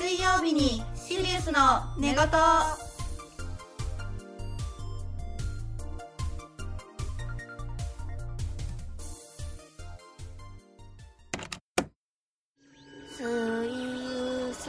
水曜日にシリウスの寝言。スイウス。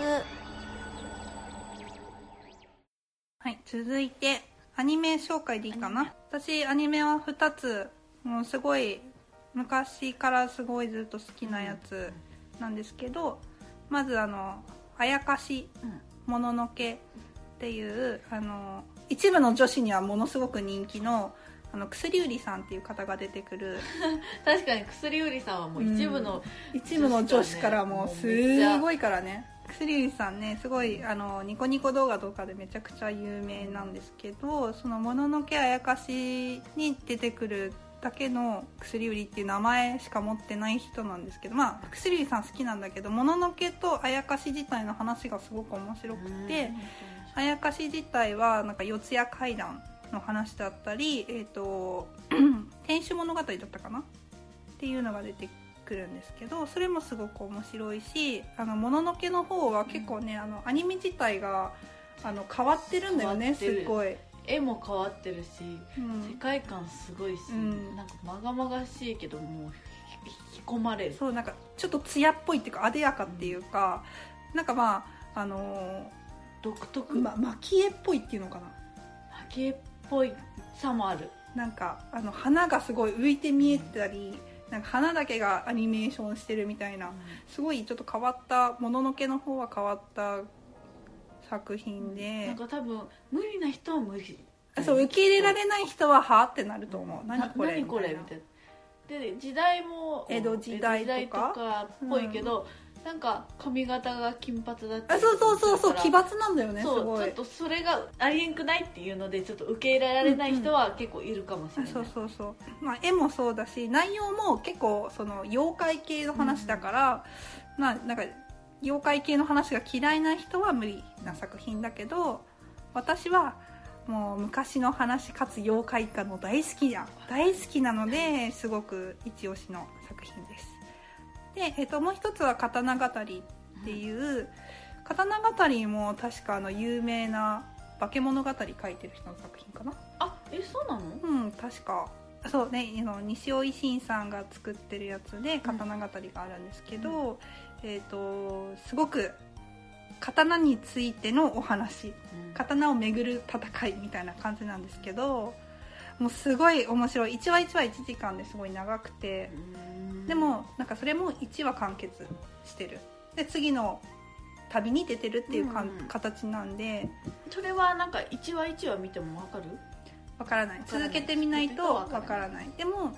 はい、続いてアニメ紹介でいいかな。私アニメは2つ、もうすごい昔からすごいずっと好きなやつなんですけど、まずあやかしもののけっていう一部の女子にはものすごく人気の薬売りさんっていう方が出てくる確かに薬売りさんはもう一部の女子からもうすごいからね。薬売りさんね、すごいニコニコ動画とかでめちゃくちゃ有名なんですけど、そのもののけあやかしに出てくるだけの薬売りっていう名前しか持ってない人なんですけど、まあ薬売りさん好きなんだけど、もののけとあやかし自体の話がすごく面白くて、あやかし自体はなんか四谷怪談の話だったり、天守物語だったかなっていうのが出てくるんですけど、それもすごく面白いし、もののけの方は結構ね、アニメ自体が変わってるんだよね。すっごい絵も変わってるし、世界観すごいし、なんかまがまがしいけどもう引き込まれる。 そうなんかちょっと艶っぽいっていうか、艶やかっていうか、なんかまあ独特、 蒔絵っぽいっていうのかな。 蒔絵っぽいさもある。 なんか花がすごい浮いて見えたり、なんか花だけがアニメーションしてるみたいな、すごいちょっと変わった、もののけの方は変わった作品で、 なんか多分無理な人は無理、 そう受け入れられない人ははあってなると思う。何これみたいな。 で時代も江戸時代とかっぽいけど、なんか髪型が金髪だったりそう奇抜なんだよね。すごいちょっとそれがありえんくないっていうので、ちょっと受け入れられない人は結構いるかもしれない。 そう、まあ、絵もそうだし、内容も結構その妖怪系の話だから、なんか妖怪系の話が嫌いな人は無理な作品だけど、私はもう昔の話かつ妖怪化の大好きなので、すごく一押しの作品です。で、もう一つは刀語りっていう、刀語りも確か有名な化け物語書いてる人の作品かな。 そうなの？ 確かそうね、西尾維新さんが作ってるやつで刀語りがあるんですけど、すごく刀についてのお話、刀を巡る戦いみたいな感じなんですけど、もうすごい面白い。1話1話1時間ですごい長くて、でもなんかそれも1話完結してる。で次の旅に出てるっていう形なんで、 それはなんか1話1話見ても分かる？ 分からない。続けてみないと分からない。でも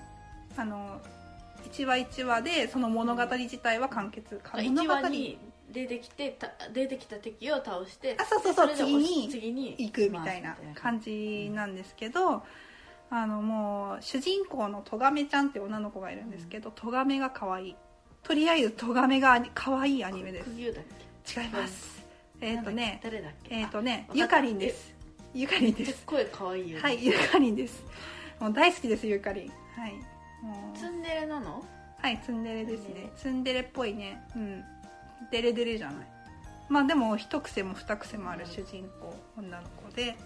1話1話でその物語自体は完結。 1話に出てきた敵を倒して、 そう次に行くみたいな感じなんですけど、もう主人公のとがめちゃんって女の子がいるんですけど、とがめが可愛い。とりあえずとがめが可愛いアニメです。 冬だっけ？違います。誰だっけ？ゆかりんです。ゆかりんです。 声可愛いよね。 はい、ゆかりんです。もう大好きです、ゆかりん。はい。 ツンデレなの？ はい、ツンデレですね。ツンデレっぽいね。デレデレじゃない。まあでも一癖も二癖もある主人公、女の子で、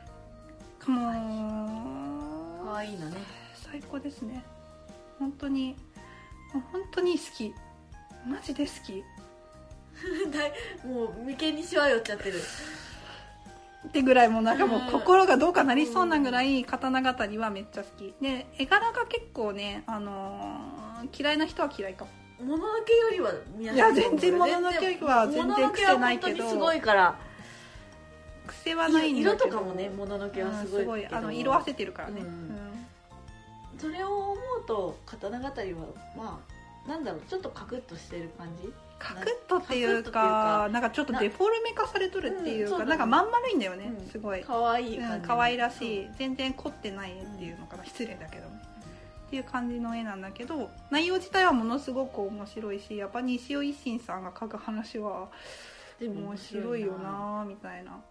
もう可愛いのね。 最高ですね。本当に好き。マジで好き。 もう眉間にしわ寄っちゃってるってぐらい、もうなんかもう心がどうかなりそうなぐらい刀語りはめっちゃ好きで、絵柄が結構ね、嫌いな人は嫌いかも。 もののけよりは皆さん、いや全然もののけは全然癖ないけど、 もののけは本当にすごいから癖はないんだけど、 色とかもね、もののけはすごい色あせてるからね、 それを思うと刀語りはまあなんだろう、ちょっとカクッとしてる感じ。 カクッとっていうか、なんかちょっとデフォルメ化されとるっていうか、なんかまん丸いんだよね、すごい可愛い感じ、 可愛らしい、全然凝ってない絵っていうのかな、失礼だけどねっていう感じの絵なんだけど、内容自体はものすごく面白いし、やっぱ西尾維新さんが描く話は面白いよなみたいな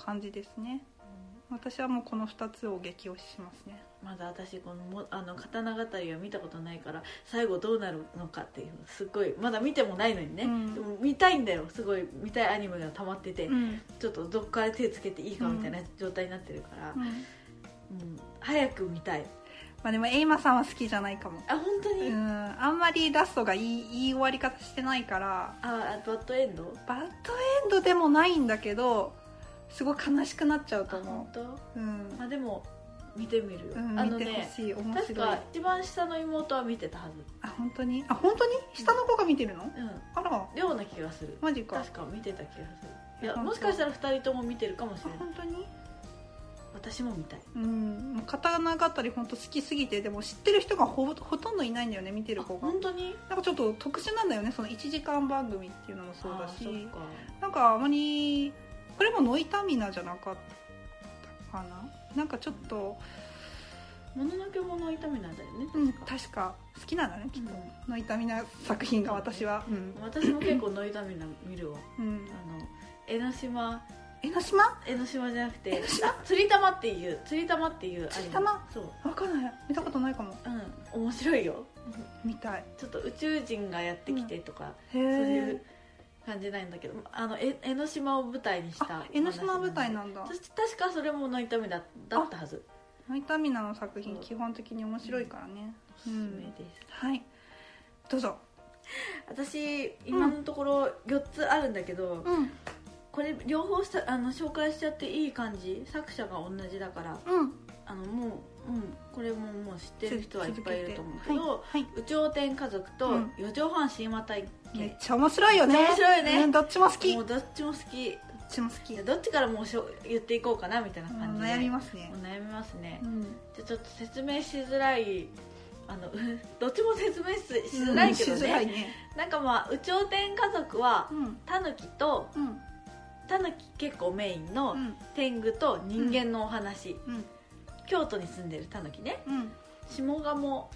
感じですね。私はもうこの2つを激推ししますね。 まだ私この刀語りは見たことないから最後どうなるのかっていうすごいまだ見てもないのにね、でも見たいんだよ。すごい見たいアニメが溜まってて、ちょっとどっから手つけていいかみたいな状態になってるから、早く見たい。 まあ、でもエイマさんは好きじゃないかも。 あ、本当に？ あんまりラストがいい終わり方してないから。 バッドエンド？ バッドエンドでもないんだけどすごい悲しくなっちゃうと思う。 本当？でも見てみるよ。 見てほしい。面白い。 確か一番下の妹は見てたはず。 本当に？本当に下の子が見てるの？あら、 ような気がする。 マジか。 確か見てた気がする。いや、もしかしたら2人とも見てるかもしれない。 本当に？ 私も見たい。 もう刀語り本当好きすぎて、でも知ってる人がほとんどいないんだよね、見てる子が。 本当に？なんかちょっと特殊なんだよね、その1時間番組っていうのもそうだし、なんかあまりこれもノイタミナじゃなかったかな。なんかちょっともののけもノイタミナだよね。 確か好きなんだね、きっと。ノイタミナ作品が私は。 私も結構ノイタミナ見るわ。江ノ島じゃなくて釣り玉っていう釣り玉そう分かんない、見たことないかも。 面白いよ。 見たい。 ちょっと宇宙人がやってきてとか、そういう感じなんだけど、江ノ島を舞台にした江ノ島舞台なんだ。 確かそれもノイタミナだったはず。 ノイタミナの作品基本的に面白いからね。 おすすめです。 はい、どうぞ。 私今のところ4つあるんだけど、これ両方紹介しちゃっていい感じ。作者が同じだから、もう、これももう知ってる人はいっぱいいると思うけど、有頂天家族と四畳半神話体系、 めっちゃ面白いよね。 面白いよね。 どっちも好き。 もうどっちも好き。 どっちからもう言っていこうかなみたいな感じで悩みますね。 じゃあちょっと説明しづらい、どっちも説明しづらいけどね。なんかまあ有頂天家族はタヌキとタヌキ結構メインの天狗と人間のお話、京都に住んでるタヌキね、下鴨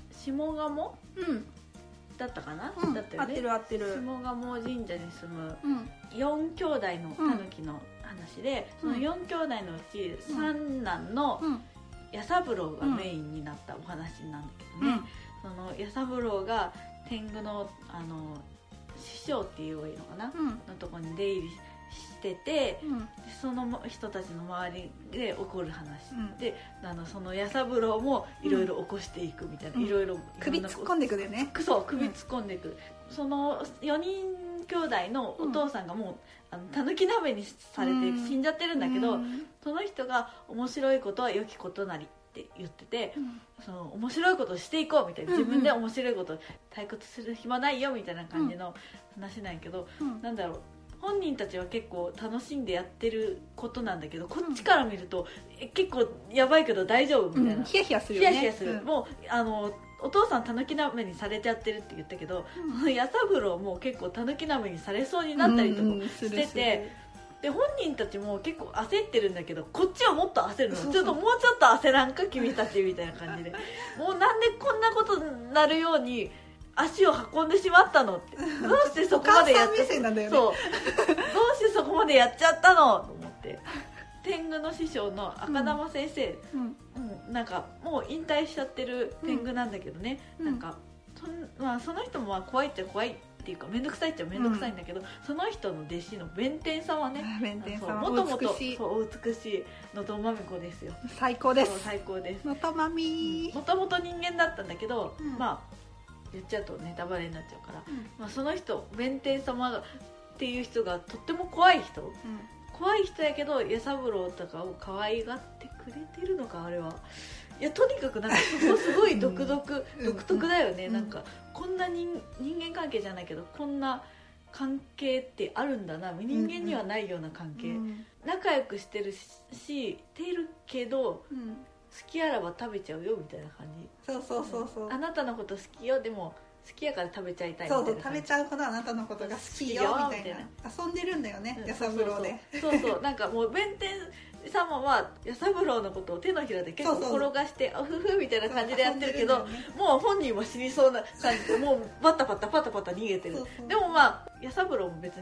だったかな、だったよね。 合ってる。 下鴨神社に住む4兄弟のタヌキの話で、その4兄弟のうち三男の弥三郎がメインになったお話なんだけどね、その弥三郎が天狗の師匠っていういいのかな、のとこに出入りしてて、その人たちの周りで起こる話、でその弥三郎もいろいろ起こしていくみたいな、いろいろ首突っ込んでいくだよね。 そう、首突っ込んでいく。その4人兄弟のお父さんがもうたぬき鍋にされて死んじゃってるんだけど、その人が面白いことは良きことなりって言ってて、その面白いことをしていこうみたいな、自分で面白いことを退屈する暇ないよみたいな感じの話なんやけど、なんだろう、本人たちは結構楽しんでやってることなんだけど、こっちから見ると結構やばいけど大丈夫みたいな、 ヒヤヒヤするよね。 ヒヤヒヤする。もうお父さんたぬき鍋にされちゃってるって言ったけど、弥三郎も結構たぬき鍋にされそうになったりとかしてて、で本人たちも結構焦ってるんだけど、こっちはもっと焦るの。ちょっともうちょっと焦らんか君たちみたいな感じでもうなんでこんなことになるように足を運んでしまったのって、どうしてそこまでやっちゃったの、どうしてそこまでやっちゃったのと思って、天狗の師匠の赤玉先生、なんかもう引退しちゃってる天狗なんだけどね、なんかその人も怖いっちゃ怖いっていうか、面倒くさいっちゃ面倒くさいんだけど、その人の弟子の弁天さんはね、もともとお美しいのとまみこですよ。 最高です。 最高です。 のとまみもともと人間だったんだけど、まあ言っちゃうとネタバレになっちゃうから、その人弁天様っていう人がとっても怖い人、怖い人やけど弥三郎とかを可愛がってくれてるのか、あれは。いや、とにかくなんかそこすごい独特だよね。なんかこんな人間関係じゃないけど、こんな関係ってあるんだな、人間にはないような関係、仲良くしてるしてるけど、好きあらば食べちゃうよみたいな感じ。 そうあなたのこと好きよ、でも好きやから食べちゃいたいみたいな。 食べちゃうほどあなたのことが好きよみたいな。遊んでるんだよね、弥三郎で。 そうなんかもう弁天様は弥三郎のことを手のひらで結構転がしてあふふみたいな感じでやってるけど、もう本人は死にそうな感じでもうパタパタ逃げてる。でもまあ弥三郎も別に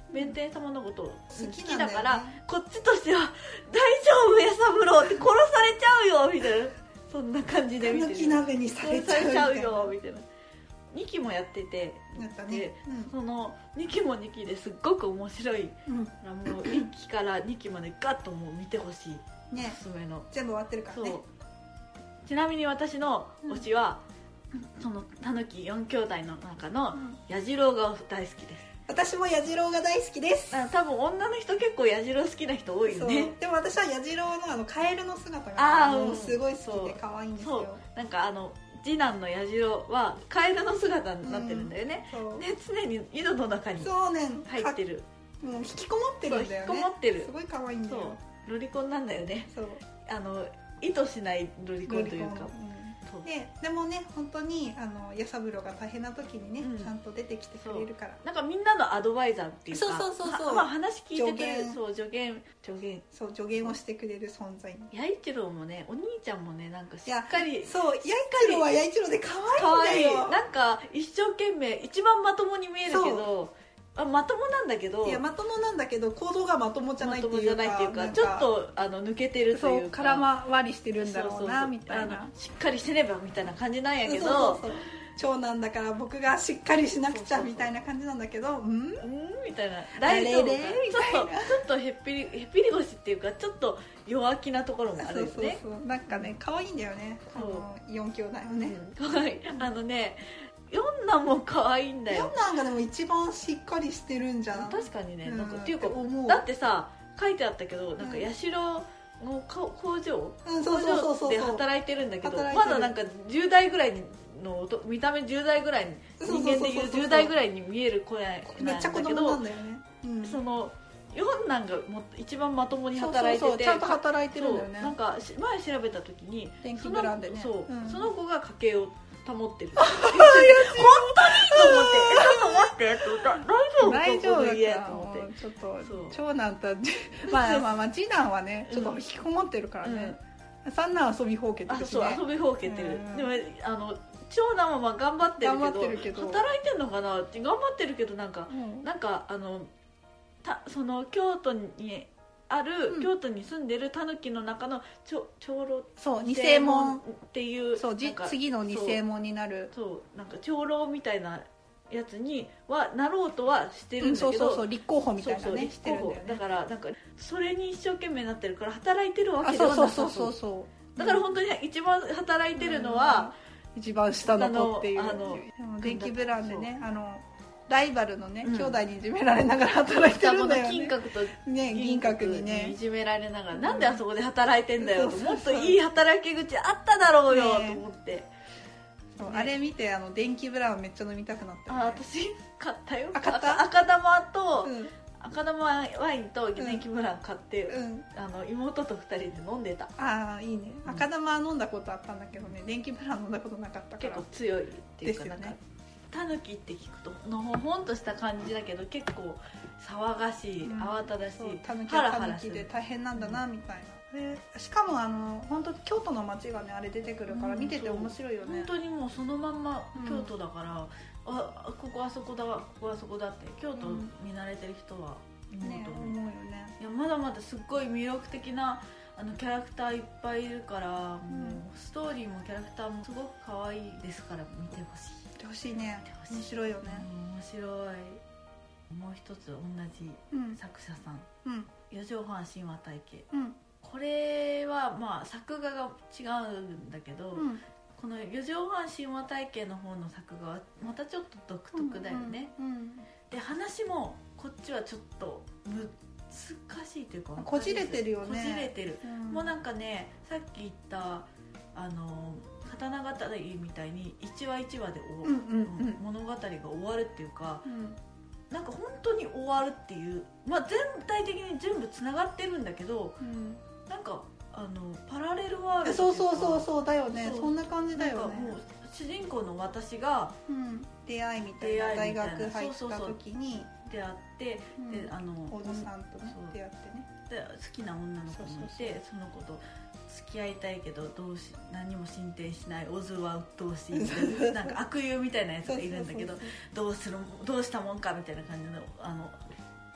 弁天様のこと好き好きなんだよねだからこっちとしては大丈夫や三郎って殺されちゃうよみたいな、そんな感じで見てる。 たぬき鍋にされちゃうよみたいな。2期もやってて、 やったでね、 その2期も2期ですっごく面白い、 うんもう1期から2期までガッともう見てほしい、 ねおすすめの。 全部終わってるからね。 そうちなみに私の推しは、そのたぬき4兄弟の中の彌次郎が大好きです。 私も彌次郎が大好きです。 多分女の人結構彌次郎好きな人多いよね。 でも私は彌次郎のカエルの姿がもうすごい好きで可愛いんですよ。 なんか次男の彌次郎はカエルの姿になってるんだよね、 そうで常に井戸の中にそうね入ってる、 もう引きこもってるんだよね。 そう引きこもってる、 すごい可愛いんだよ。 そうロリコンなんだよね。 そう意図しないロリコンというか、そうでもね本当に弥三郎が大変な時にね、 うんちゃんと出てきてくれるから、 なんかみんなのアドバイザーっていうか、 そうまあ、話聞いてて助言そう助言をしてくれる存在。 弥一郎もね、お兄ちゃんもね、なんかしっかり、 そう弥一郎は弥一郎で可愛いんだよ。 なんか一生懸命一番まともに見えるけど、まともなんだけど、 いやまともなんだけど行動がまともじゃないっていうか、 ちょっと抜けてるというか、 空回りしてるんだろうなみたいな、 しっかりせねばみたいな感じなんやけど、 そう長男だから僕がしっかりしなくちゃみたいな感じなんだけど、 みたいな、大丈夫か、ちょっとへっぴり腰っていうか、ちょっと弱気なところもあるよね。 そうなんかね可愛いんだよね、4兄弟はね。 可愛い。四男も可愛いんだよ。 四男がでも一番しっかりしてるんじゃない？ 確かにね、なんかっていうか思う。 だってさ書いてあったけど、なんか社の工場で働いてるんだけど、まだなんか10代ぐらいの見た目10代ぐらいに、人間でいう10代ぐらいに見える子なんだけど、その四男が一番まともに働いてて、 ちゃんと働いてるんだよね。 なんか前調べた時に電気ブランでね、 その子が家計を保ってる。本当にと思って、ちょっと待って大丈夫だと思って、ちょっと長男とまあ次男はねちょっと引きこもってるからね、三男遊びほうけてるしね。 遊びほうけてる。でも長男は頑張ってるけど、働いてんのかな、頑張ってるけど、なんかその京都にある、京都に住んでるタヌキの中の長老、 そう二世門っていう、 そう次の二世門になる、 そうなんか長老みたいなやつにはなろうとはしてるんだけど、 立候補みたいなねしてるんだよね。 だからなんかそれに一生懸命なってるから働いてるわけではなさそう。だから本当に一番働いてるのは一番下の子っていう。電気ブランでね、ライバルのね、兄弟にいじめられながら働いてるんだよね。 金閣と銀閣にねいじめられながら、なんであそこで働いてんだよと、もっといい働き口あっただろうよと思って、 あれ見て電気ブランめっちゃ飲みたくなった。 私買ったよ。 買った？ 赤玉と赤玉ワインと電気ブラン買って、妹と2人で飲んでた。 いいね。赤玉飲んだことあったんだけどね、電気ブラン飲んだことなかったから。 結構強いっていうか、なんかタヌキって聞くとのほほんとした感じだけど、結構騒がしい、慌ただしい、ハラハラする。 で大変なんだなみたいな。しかも本当京都の街がねあれ出てくるから見てて面白いよね。 本当にもうそのまんま京都だから、ここあそこだ、ここあそこだって京都見慣れてる人は思うと思うよね。いやまだまだすっごい魅力的なキャラクターいっぱいいるから、もうストーリーもキャラクターもすごく可愛いですから、見てほしい。 見てほしいね。面白いよね。 面白い。もう一つ同じ作者さん、四畳半神話体系。これはまあ作画が違うんだけど、この四畳半神話体系の方の作画はまたちょっと独特だよね。で話もこっちはちょっと難しいというか、 こじれてるよね。 こじれてる、もうなんかね、さっき言った刀語りみたいに一話一話で物語が終わるっていうか、なんか本当に終わるっていう、まあ、全体的に全部つながってるんだけど、なんかパラレルワールドっていうか、 そうだよね。そんな感じだよね。 なんかもう主人公の私が、 出会いみたいな、大学入った時に出会って、で小野さんとね出会ってね、 で好きな女の子もいて、その子と付き合いたいけど何も進展しない、オズは鬱陶しいなんか悪友みたいなやつがいるんだけど、どうしたもんかみたいな感じの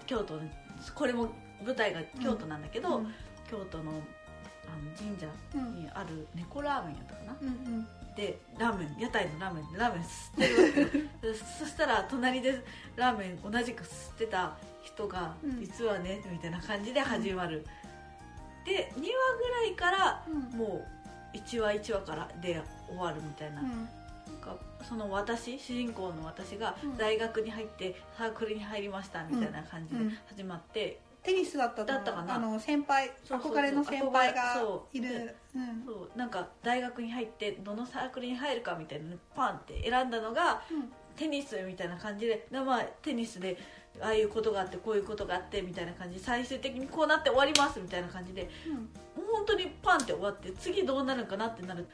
京都のこれも舞台が京都なんだけど、京都の神社にある猫ラーメンやったかな、でラーメン屋台のラーメンでラーメン吸ってるわけよそしたら隣でラーメン同じく吸ってた人が、実はねみたいな感じで始まる、で2話ぐらいからもう1話1話からで終わるみたいな、なんかその主人公の私が大学に入ってサークルに入りましたみたいな感じで始まって、 テニスだったかな、先輩、憧れの先輩がいる、 そうなんか大学に入ってどのサークルに入るかみたいなパンって選んだのが、テニスみたいな感じで、まあ、テニスでああいうことがあってこういうことがあってみたいな感じで最終的にこうなって終わりますみたいな感じで、もう本当にパンって終わって次どうなるかなってなるって、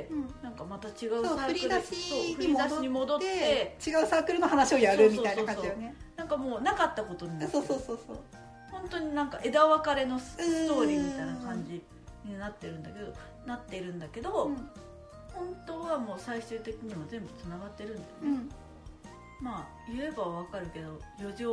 なんかまた違うサークル振り出しに戻って違うサークルの話をやるみたいな感じだよね。 なんかもうなかったことになって、 そう本当になんか枝分かれのストーリーみたいな感じになってるんだけど、本当はもう最終的には全部つながってるんだよね、まあ言えばわかるけど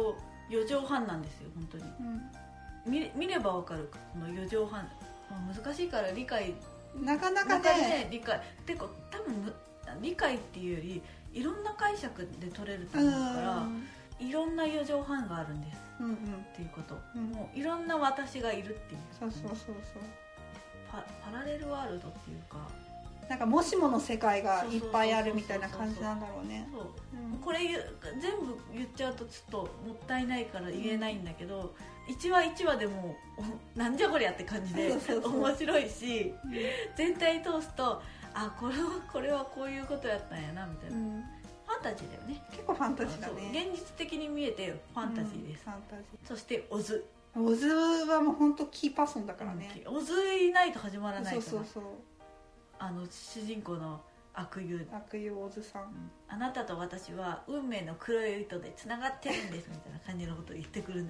4畳半なんですよ本当に、見ればわかるこの4畳半、まあ、難しいから理解なかなかね理解てか多分理解っていうよりいろんな解釈で取れると思うからいろんな4畳半があるんです、っていうこと、もういろんな私がいるっていう、 そうパラレルワールドっていうかなんかもしもの世界がいっぱいあるみたいな感じなんだろうね。 これ全部言っちゃうとちょっともったいないから言えないんだけど、1話1話でもなんじゃこりゃって感じで面白いし、全体通すとこれはこういうことやったんやなみたいな、ファンタジーだよね。 結構ファンタジーだね。 現実的に見えてファンタジーです、 ファンタジー。 そしてオズはもう本当キーパーソンだからね、 オズいないと始まらないから。 そう主人公の悪友オズさん、 あなたと私は運命の黒い糸でつながってるんですみたいな感じのことを言ってくる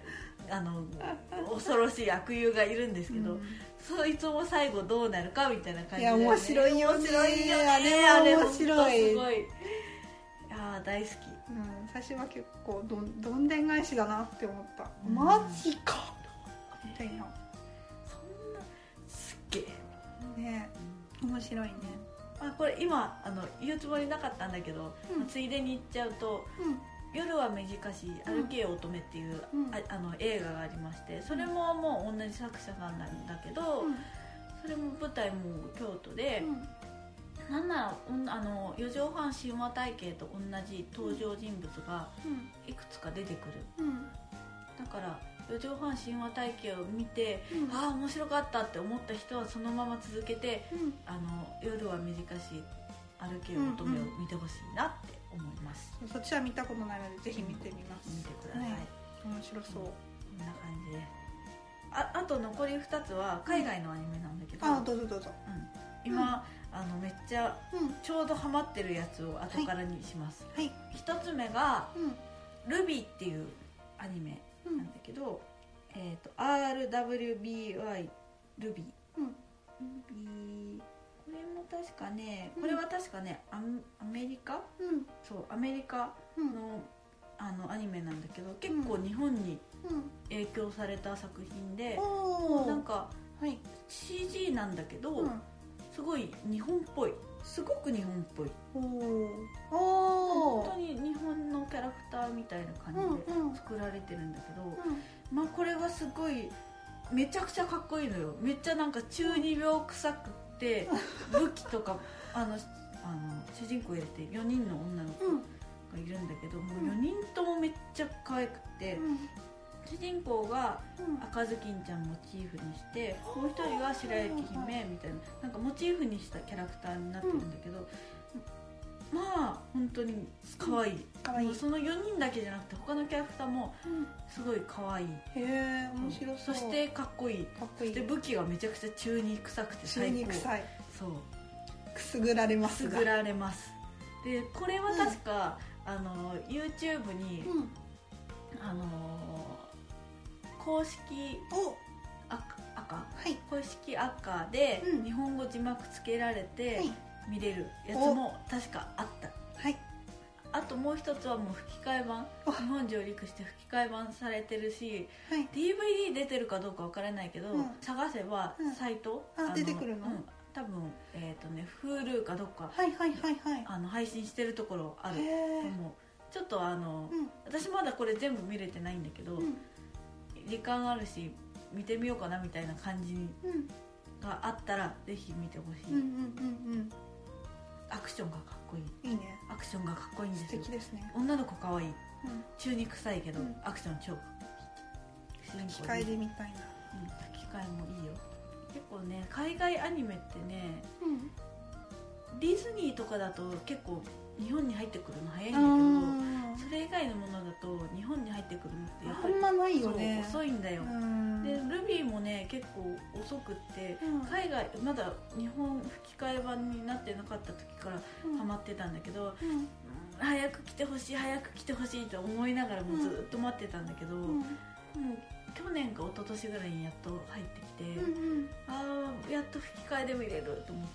恐ろしい悪友がいるんですけど、そいつも最後どうなるかみたいな感じで、ね、 面白いよね。 あれ面白い、 すごい大好き、 最初は結構どんでん返しだなって思った、マジかみたいな、 そんなすっげえね、面白いね。 これ今言うつもりなかったんだけど、ついでに言っちゃうと、夜は短し歩けよ乙女っていう、映画がありまして、それももう同じ作者さんなんだけど、それも舞台も京都で、なんなら四畳半神話体系と同じ登場人物がいくつか出てくる、だから四畳半神話体系を見て、面白かったって思った人はそのまま続けて、夜は短し歩けよ乙女を見てほしいなって思います、 そっちは見たことないのでぜひ見てみます、 見てください、 面白そう、 こんな感じであと残り2つは海外のアニメなんだけど、 どうぞ、 今、めっちゃちょうどハマってるやつを後からにします、1つ目が、ルビーっていうアニメなんだけど、RWBY ルビー、これも確かね、これは確かね、アメリカ、そうアメリカの、アニメなんだけど、結構日本に影響された作品で、なんか、CG なんだけど、すごい日本っぽい、すごく日本っぽい、本当に日本のキャラクターみたいな感じで作られてるんだけど、これがすごいめちゃくちゃかっこいいのよ。めっちゃなんか中二病臭くて、武器とか主人公入れて4人の女の子がいるんだけど、もう4人ともめっちゃ可愛くて、主人公が赤ずきんちゃんモチーフにして、もう一人が白雪姫みたいな、なんかモチーフにしたキャラクターになってるんだけど、本当に可愛い、その4人だけじゃなくて他のキャラクターもすごい可愛い、 面白そう、 そしてかっこいい、そして武器がめちゃくちゃ中二臭くて最高、そうくすぐられます。 でこれは確か、YouTube に、公式公式赤で日本語字幕つけられて見れるやつも確かあった、 あともう一つはもう吹き替え版、日本上陸して吹き替え版されてるし、 はい、 DVD 出てるかどうかわからないけど、探せばサイト、 出てくるの、 多分Hulu かどっか、配信してるところあると思う。ちょっと私まだこれ全部見れてないんだけど、時間あるし見てみようかなみたいな感じがあったらぜひ見てほしい。アクションがかっこいい。 いいね。 アクションがかっこいいんですよ。 素敵ですね。 女の子かわいい、中に臭いけど、アクション超かっこいい。 吹き替えで見たいな。 吹き替えもいいよ。結構ね、海外アニメってね、ディズニーとかだと結構日本に入ってくるの早いんだけど、それ以外のものだと日本に入ってくるのってやっぱりあんまないよね。 遅いんだよ。でルビーもね結構遅くって、海外まだ日本吹き替え版になってなかった時からハマってたんだけど、早く来てほしい早く来てほしいと思いながらもずっと待ってたんだけど、もう去年か一昨年ぐらいにやっと入ってきて、やっと吹き替えで見れると思って、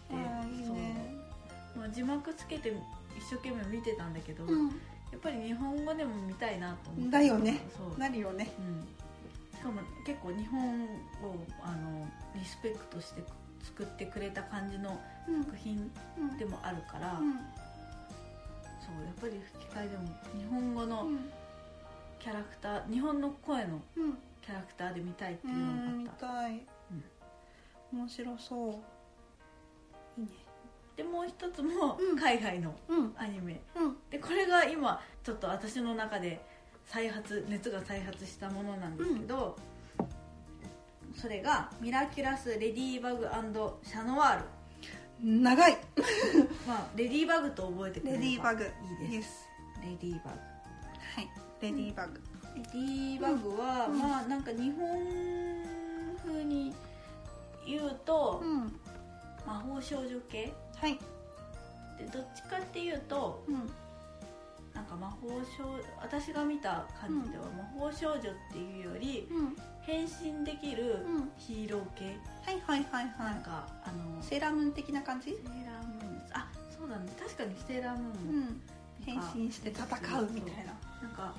そう、字幕つけて一生懸命見てたんだけど、やっぱり日本語でも見たいなと思って。 だよね。なるよね。 しかも結構日本をリスペクトして作ってくれた感じの作品でもあるから、そうやっぱり吹き替えでも日本語のキャラクター、日本の声のキャラクターで見たいっていうのがあった。 見たい。面白そう。いいね。 でもう一つも海外のアニメ、でこれが今ちょっと私の中で熱が再発したものなんですけど、それがミラキュラス・レディーバグ&シャノワール。 長いレディーバグと覚えてくれればいいです。 レディーバグ、 レディーバグ、 はい、レディーバグ。 レディーバグは、なんか日本風に言うと、魔法少女系、でどっちかっていうと、なんか私が見た感じでは魔法少女っていうより、変身できるヒーロー系、なんかセーラームーン的な感じ。 セーラームーン、そうだね、確かにセーラームーンも、 変身して戦うみたいな。 なんか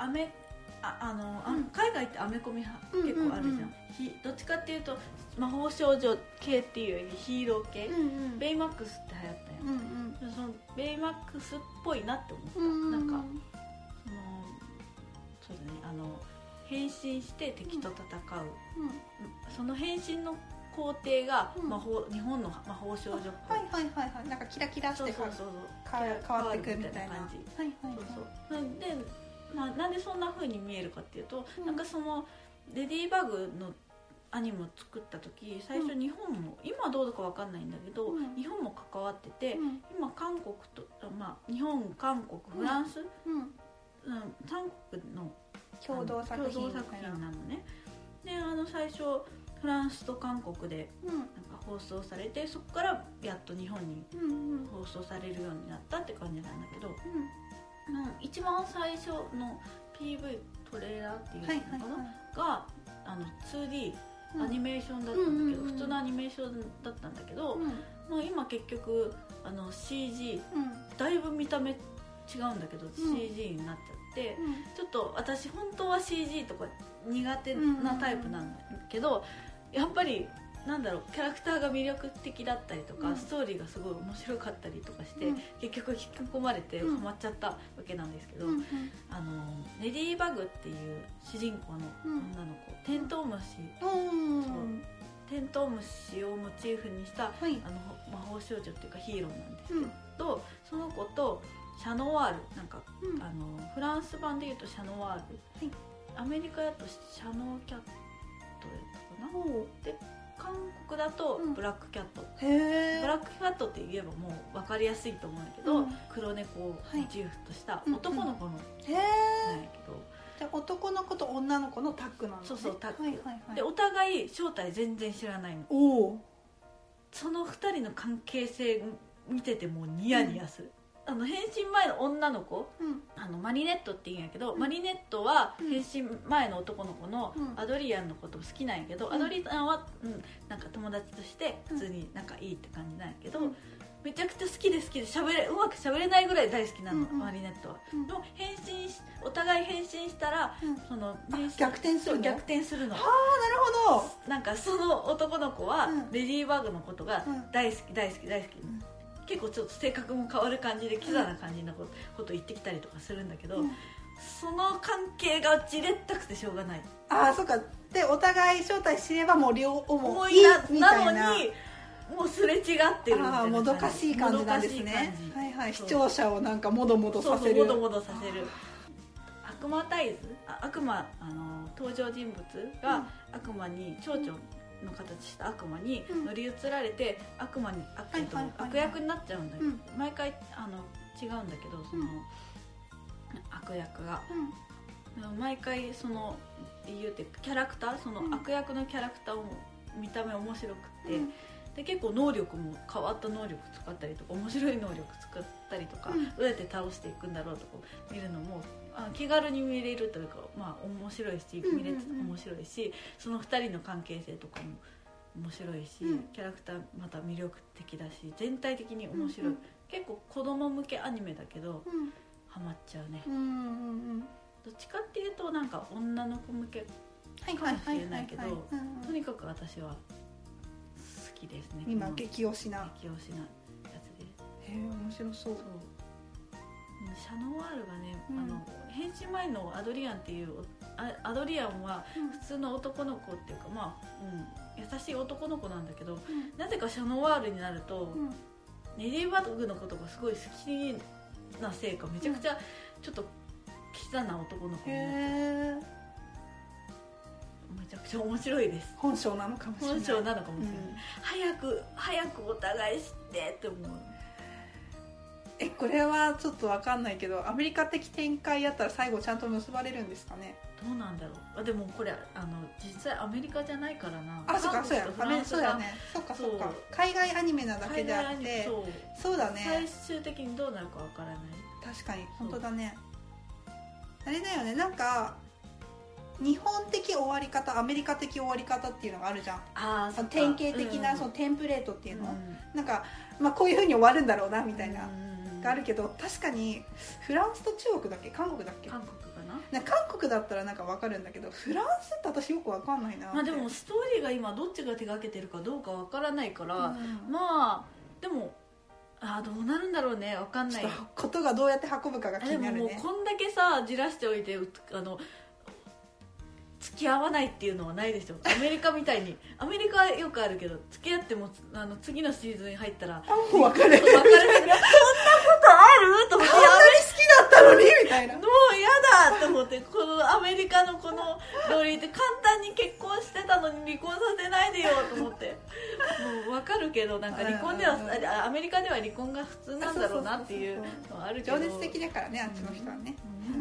海外ってアメコミ結構あるじゃん、どっちかっていうと魔法少女系っていうよりヒーロー系、ベイマックスって流行ったやん、そのベイマックスっぽいなって思った。なんかそうだね、変身して敵と戦う、その変身の工程が日本の魔法少女っぽい、 なんかキラキラして変わってくみたいな感じ。 でなんでそんな風に見えるかっていうと、なんかそのレディーバグのアニメを作った時、最初日本も、今どうかわかんないんだけど、日本も関わってて、今韓国と、日本、韓国、フランス、韓国の共同作品なのね。で最初フランスと韓国でなんか放送されて、そこからやっと日本に放送されるようになったって感じなんだけど、一番最初の PV トレーラーっていうのかな、が2D アニメーションだったんだけど、普通のアニメーションだったんだけど、今結局CG、だいぶ見た目違うんだけど、CG になっちゃって、ちょっと私本当は CG とか苦手なタイプなんだけど、やっぱりなんだろう、キャラクターが魅力的だったりとか、ストーリーがすごい面白かったりとかして、結局引き込まれてハマっちゃったわけなんですけど、レディーバグっていう主人公の女の子、テントウムシ、テントウムシをモチーフにした、魔法少女っていうかヒーローなんですけど、その子とシャノワール、なんか、フランス版でいうとシャノワール、アメリカだとシャノーキャットやったかな、で韓国だとブラックキャット、ブラックキャットって言えばもう分かりやすいと思うんだけど、黒猫をモチーフとした男の子のなんやけど、 じゃあ男の子と女の子のタッグなんですね。 そうタッグ、でお互い正体全然知らないの。その2人の関係性見ててもうニヤニヤする。変身前の女の子、マリネットって言うんやけど、マリネットは変身前の男の子のアドリアンのこと好きなんやけど、アドリアンは、なんか友達として普通に仲いいって感じなんやけど、 めちゃくちゃ好きでうまく喋れないぐらい大好きなの、マリネットは、でもお互い変身したら、その逆転するの。 逆転するの。 はあ、なるほど。 なんかその男の子はレディーバグのことが大好き、結構ちょっと性格も変わる感じでキザな感じのこと言ってきたりとかするんだけど、その関係がじれったくてしょうがない。 ああ、そっか。でお互い正体知ればもう両思いみたいな。 なのにもうすれ違ってるみたいな。 もどかしい感じなんですね。はいはい。視聴者をなんかもどもどさせる。 もどもどさせる。悪魔タイズ、登場人物が悪魔に蝶々の形した悪魔に乗り移られて悪役になっちゃうんだけど、毎回違うんだけど、その悪役が、毎回その言うてキャラクター、その悪役のキャラクターも見た目面白くて、で結構能力も変わった能力使ったりとか面白い能力使ったりとか、どうやって倒していくんだろうとか見るのも気軽に見れるというか、まあ面白いし、見れて面白いし、その2人の関係性とかも面白いし、キャラクターまた魅力的だし、全体的に面白い、結構子供向けアニメだけど、ハマっちゃうね。どっちかっていうとなんか女の子向けかもしれないけど、とにかく私は好きですね。 今激推しなやつで。 面白そう。 シャノワールがね、変身前のアドリアンっていうアドリアンは普通の男の子っていうか、優しい男の子なんだけど、なぜかシャノワールになると、レディバグのことがすごい好きなせいか、めちゃくちゃちょっとキザな男の子になって、めちゃくちゃ面白いです。 本性なのかもしれない。 早くお互い知ってって思う。 これはちょっと分かんないけど、アメリカ的展開やったら最後ちゃんと結ばれるんですかね。 どうなんだろう。でもこれ実際アメリカじゃないからな。 そうか、そうやね。そうか海外アニメなだけであって、そうだね。 最終的にどうなるか分からない。 確かに本当だね。あれだよね、なんか日本的終わり方、アメリカ的終わり方っていうのがあるじゃん。その典型的なそのテンプレートっていうの、なんかこういう風に終わるんだろうなみたいながあるけど、確かにフランスと中国だっけ、韓国だっけ、 韓国かな。韓国だったらなんか分かるんだけど、フランスって私よく分かんないなって。 でもストーリーが今どっちが手掛けてるかどうか分からないから、でもどうなるんだろうね、分かんない。 ことがどうやって運ぶかが気になるね。 でももうこんだけさじらしておいて付き合わないっていうのはないでしょ。アメリカみたいにアメリカはよくあるけど、付き合っても次のシーズンに入ったらもう別れるそんなことあると思って、 あんなに好きだったのにみたいな、 もう嫌だと思って、このアメリカのこのノリで簡単に結婚してたのに離婚させないでよと思って、もう分かるけど、なんか離婚ではアメリカでは離婚が普通なんだろうなっていうのはあるけど、 情熱的だからね、あっちの人はね。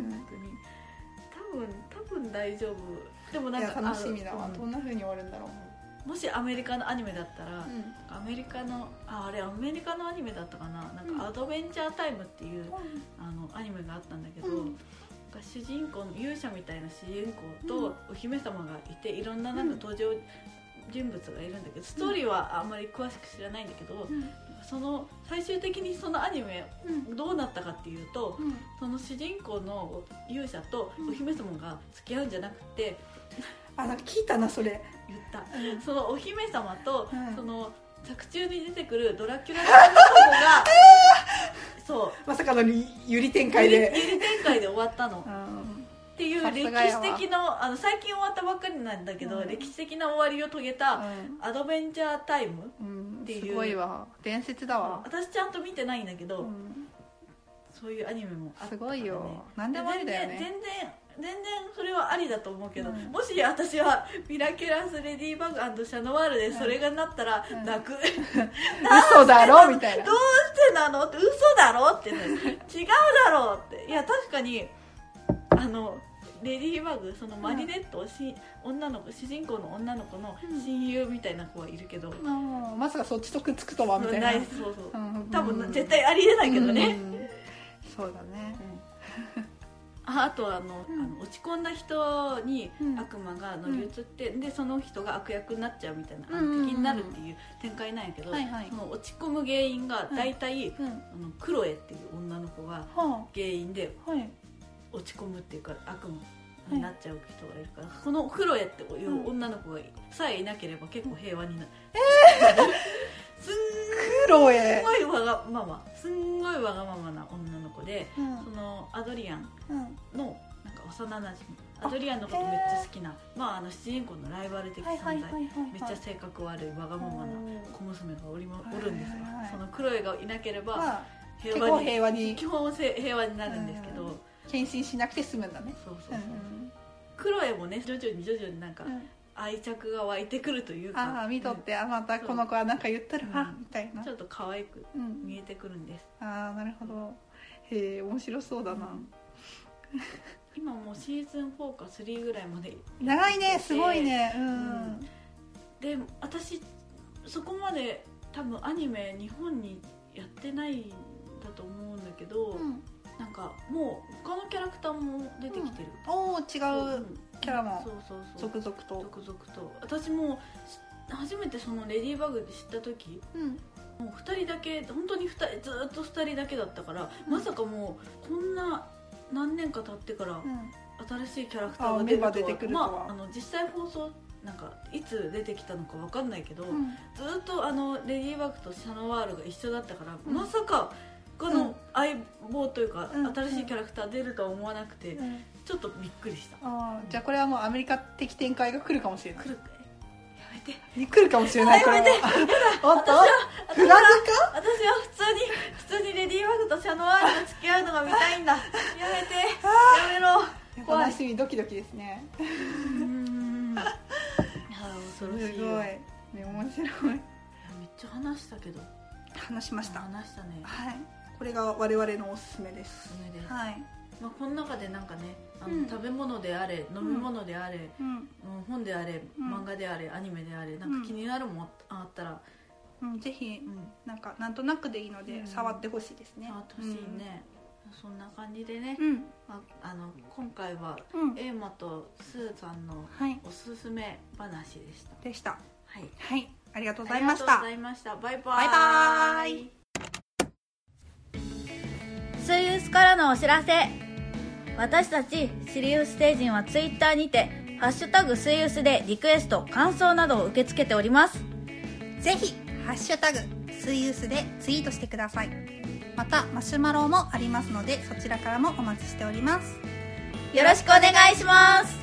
多分大丈夫。でもなんか楽しみだわ、どんな風に終わるんだろう。 もしアメリカのアニメだったら、アメリカのアニメだったかな、なんかアドベンチャータイムっていう、アニメがあったんだけど、主人公の勇者みたいな主人公とお姫様がいて、いろんななんか登場人物がいるんだけど、ストーリーはあんまり詳しく知らないんだけど、その最終的にそのアニメどうなったかっていうと、その主人公の勇者とお姫様が付き合うんじゃなくて、 なんか聞いたなそれ。 言った、そのお姫様と、その作中に出てくるドラキュラの子がそうまさかのゆり展開で終わったの、っていう歴史的な最近終わったばっかりなんだけど、歴史的な終わりを遂げたアドベンチャータイムっていう、 すごいわ、伝説だわ。 私ちゃんと見てないんだけど、そういうアニメもあったからね。 すごいよ、何でもありだよね。 全然それはありだと思うけど、もし私はミラキュラスレディバグ&シャノワールでそれがなったら泣く、 嘘だろみたいな、 どうしてなのって、嘘だろって、違うだろうって。いや確かにレディーバグ、そのマリネット、女の子、主人公の女の子の親友みたいな子はいるけど、 まさかそっちとくっつくとはみたいな。 そう多分絶対ありえないけどね。 そうだね。 あと落ち込んだ人に悪魔が乗り移って、でその人が悪役になっちゃうみたいな、敵になるっていう展開なんやけど、その落ち込む原因が大体、クロエっていう女の子が原因で落ち込むっていうか悪魔になっちゃう人がいるから、このクロエっていう女の子がさえいなければ結構平和になる。 クロエすんごいわがままな女の子で、そのアドリアンのなんか幼なじみ、アドリアンのことめっちゃ好きな、主人公のライバル的存在、めっちゃ性格悪いわがままな小娘がおるんですよ。そのクロエがいなければ基本平和になるんですけど、 献身しなくて済むんだね。 そうクロエもね徐々になんか愛着が湧いてくるというか、 見とってまたこの子はなんか言ってるわみたいな、 ちょっと可愛く見えてくるんです。 なるほど。へえ、面白そうだな。 今もうシーズン4か3ぐらいまで長いね、すごいね。 で私そこまで多分アニメ日本にやってないんだと思うんだけど、なんかもう他のキャラクターも出てきてる。 違うキャラも続々と。 私も初めてそのレディーバグで知った時、もう2人だけ、本当にずっと2人だけだったから、まさかもうこんな何年か経ってから新しいキャラクターが出てくるとは、実際放送なんかいつ出てきたのか分かんないけど、ずっとレディーバグとシャノワールが一緒だったから、まさかこの相棒というか、新しいキャラクター出るとは思わなくて、ちょっとびっくりした。 じゃあこれはもうアメリカ的展開が来るかもしれない。 来るかもしれない。これも私はフラグか。 私は普通にレディーバグとシャノワールが付き合うのが見たいんだ。やめろ。 楽しみ、ドキドキですね。 恐ろしいよ。 すごいね、面白い。 めっちゃ話したけど。 話しました。 話したね。 はい。これが我々のおすすめです。はい。 この中でなんかね、食べ物であれ、飲み物であれ、本であれ、漫画であれ、アニメであれ、なんか気になるもんあったら、 ぜひなんとなくでいいので触ってほしいですね。 触ってほしいね。そんな感じでね、今回はエーマとスーさんのおすすめ話でした。はい、 ありがとうございました。 バイバイ。スイウスからのお知らせ。私たちシリウス星人はツイッターにてハッシュタグスイウスでリクエスト感想などを受け付けております。 ぜひハッシュタグスイウスでツイートしてください。またマシュマロもありますので、そちらからもお待ちしております。 よろしくお願いします。